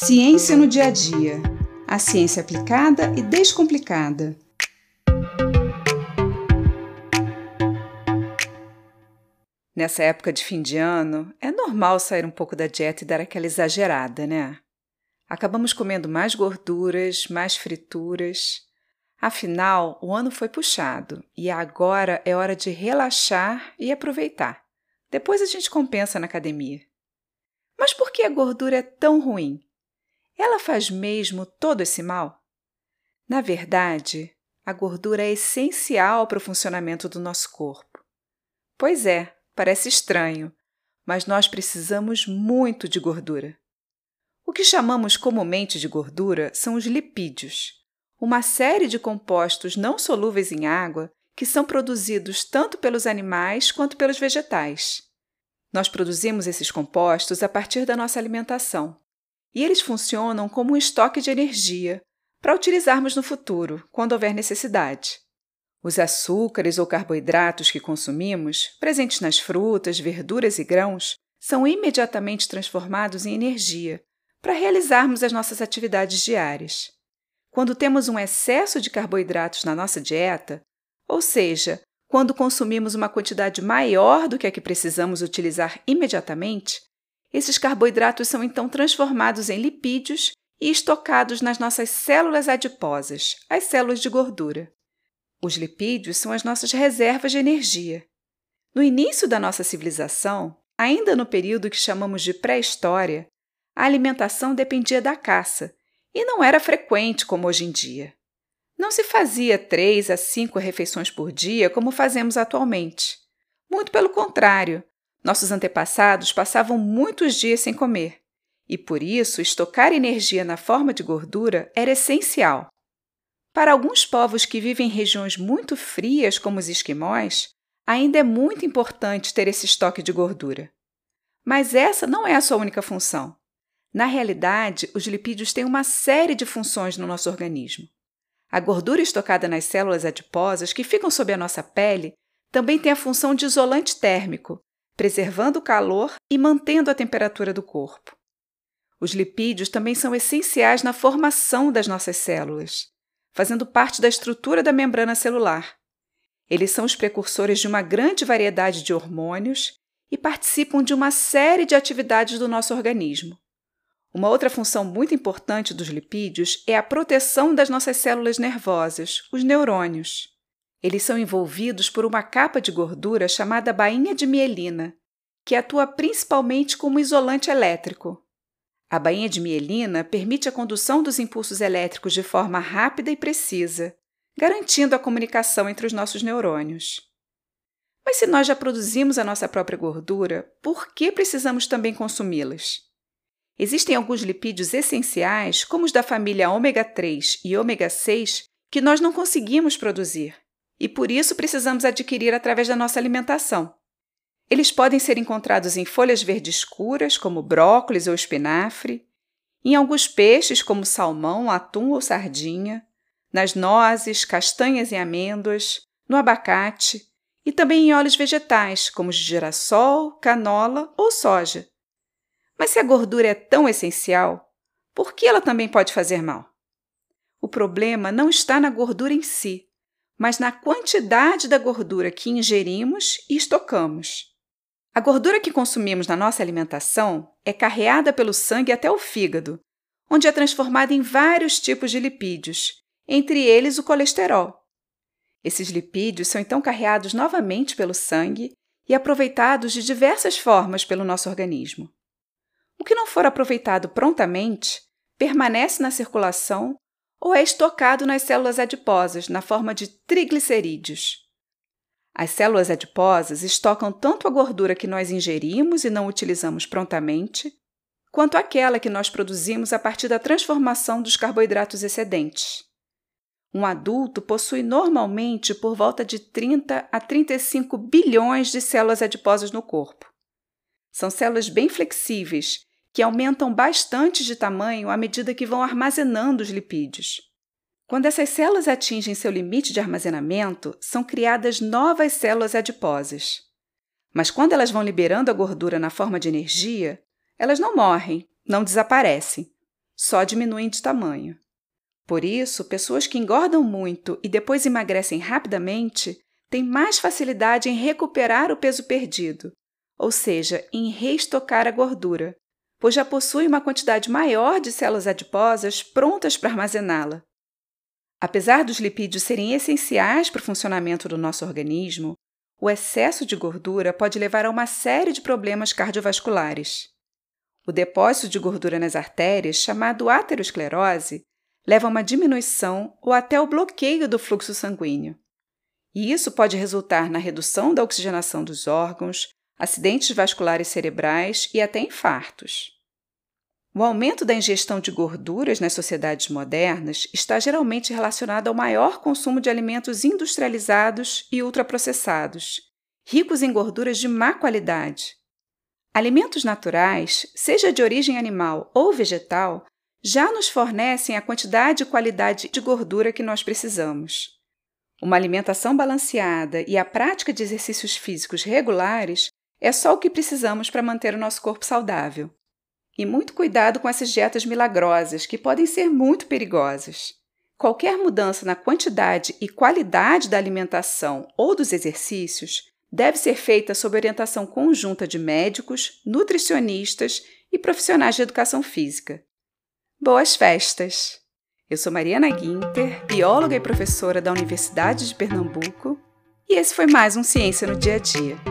Ciência no dia a dia. A ciência aplicada e descomplicada. Nessa época de fim de ano, é normal sair um pouco da dieta e dar aquela exagerada, né? Acabamos comendo mais gorduras, mais frituras. Afinal, o ano foi puxado e agora é hora de relaxar e aproveitar. Depois a gente compensa na academia. Mas por que a gordura é tão ruim? Ela faz mesmo todo esse mal? Na verdade, a gordura é essencial para o funcionamento do nosso corpo. Pois é, parece estranho, mas nós precisamos muito de gordura. O que chamamos comumente de gordura são os lipídios, uma série de compostos não solúveis em água que são produzidos tanto pelos animais quanto pelos vegetais. Nós produzimos esses compostos a partir da nossa alimentação. E eles funcionam como um estoque de energia para utilizarmos no futuro, quando houver necessidade. Os açúcares ou carboidratos que consumimos, presentes nas frutas, verduras e grãos, são imediatamente transformados em energia para realizarmos as nossas atividades diárias. Quando temos um excesso de carboidratos na nossa dieta, ou seja, quando consumimos uma quantidade maior do que a que precisamos utilizar imediatamente, esses carboidratos são então transformados em lipídios e estocados nas nossas células adiposas, as células de gordura. Os lipídios são as nossas reservas de energia. No início da nossa civilização, ainda no período que chamamos de pré-história, a alimentação dependia da caça e não era frequente como hoje em dia. Não se fazia 3 a 5 refeições por dia como fazemos atualmente. Muito pelo contrário. Nossos antepassados passavam muitos dias sem comer, e por isso estocar energia na forma de gordura era essencial. Para alguns povos que vivem em regiões muito frias, como os esquimós, ainda é muito importante ter esse estoque de gordura. Mas essa não é a sua única função. Na realidade, os lipídios têm uma série de funções no nosso organismo. A gordura estocada nas células adiposas que ficam sob a nossa pele também tem a função de isolante térmico, preservando o calor e mantendo a temperatura do corpo. Os lipídios também são essenciais na formação das nossas células, fazendo parte da estrutura da membrana celular. Eles são os precursores de uma grande variedade de hormônios e participam de uma série de atividades do nosso organismo. Uma outra função muito importante dos lipídios é a proteção das nossas células nervosas, os neurônios. Eles são envolvidos por uma capa de gordura chamada bainha de mielina, que atua principalmente como isolante elétrico. A bainha de mielina permite a condução dos impulsos elétricos de forma rápida e precisa, garantindo a comunicação entre os nossos neurônios. Mas se nós já produzimos a nossa própria gordura, por que precisamos também consumi-las? Existem alguns lipídios essenciais, como os da família ômega 3 e ômega 6, que nós não conseguimos produzir. E por isso precisamos adquirir através da nossa alimentação. Eles podem ser encontrados em folhas verdes escuras, como brócolis ou espinafre, em alguns peixes, como salmão, atum ou sardinha, nas nozes, castanhas e amêndoas, no abacate e também em óleos vegetais, como os de girassol, canola ou soja. Mas se a gordura é tão essencial, por que ela também pode fazer mal? O problema não está na gordura em si, mas na quantidade da gordura que ingerimos e estocamos. A gordura que consumimos na nossa alimentação é carreada pelo sangue até o fígado, onde é transformada em vários tipos de lipídios, entre eles o colesterol. Esses lipídios são então carreados novamente pelo sangue e aproveitados de diversas formas pelo nosso organismo. O que não for aproveitado prontamente permanece na circulação ou é estocado nas células adiposas, na forma de triglicerídeos. As células adiposas estocam tanto a gordura que nós ingerimos e não utilizamos prontamente, quanto aquela que nós produzimos a partir da transformação dos carboidratos excedentes. Um adulto possui normalmente por volta de 30 a 35 bilhões de células adiposas no corpo. São células bem flexíveis, que aumentam bastante de tamanho à medida que vão armazenando os lipídios. Quando essas células atingem seu limite de armazenamento, são criadas novas células adiposas. Mas quando elas vão liberando a gordura na forma de energia, elas não morrem, não desaparecem. só diminuem de tamanho. Por isso, pessoas que engordam muito e depois emagrecem rapidamente têm mais facilidade em recuperar o peso perdido, ou seja, em reestocar a gordura, pois já possuem uma quantidade maior de células adiposas prontas para armazená-la. Apesar dos lipídios serem essenciais para o funcionamento do nosso organismo, o excesso de gordura pode levar a uma série de problemas cardiovasculares. O depósito de gordura nas artérias, chamado aterosclerose, leva a uma diminuição ou até o bloqueio do fluxo sanguíneo. E isso pode resultar na redução da oxigenação dos órgãos, acidentes vasculares cerebrais e até infartos. O aumento da ingestão de gorduras nas sociedades modernas está geralmente relacionado ao maior consumo de alimentos industrializados e ultraprocessados, ricos em gorduras de má qualidade. Alimentos naturais, seja de origem animal ou vegetal, já nos fornecem a quantidade e qualidade de gordura que nós precisamos. Uma alimentação balanceada e a prática de exercícios físicos regulares é só o que precisamos para manter o nosso corpo saudável. E muito cuidado com essas dietas milagrosas, que podem ser muito perigosas. Qualquer mudança na quantidade e qualidade da alimentação ou dos exercícios deve ser feita sob orientação conjunta de médicos, nutricionistas e profissionais de educação física. Boas festas! Eu sou Mariana Guinter, bióloga e professora da Universidade de Pernambuco, e esse foi mais um Ciência no Dia a Dia.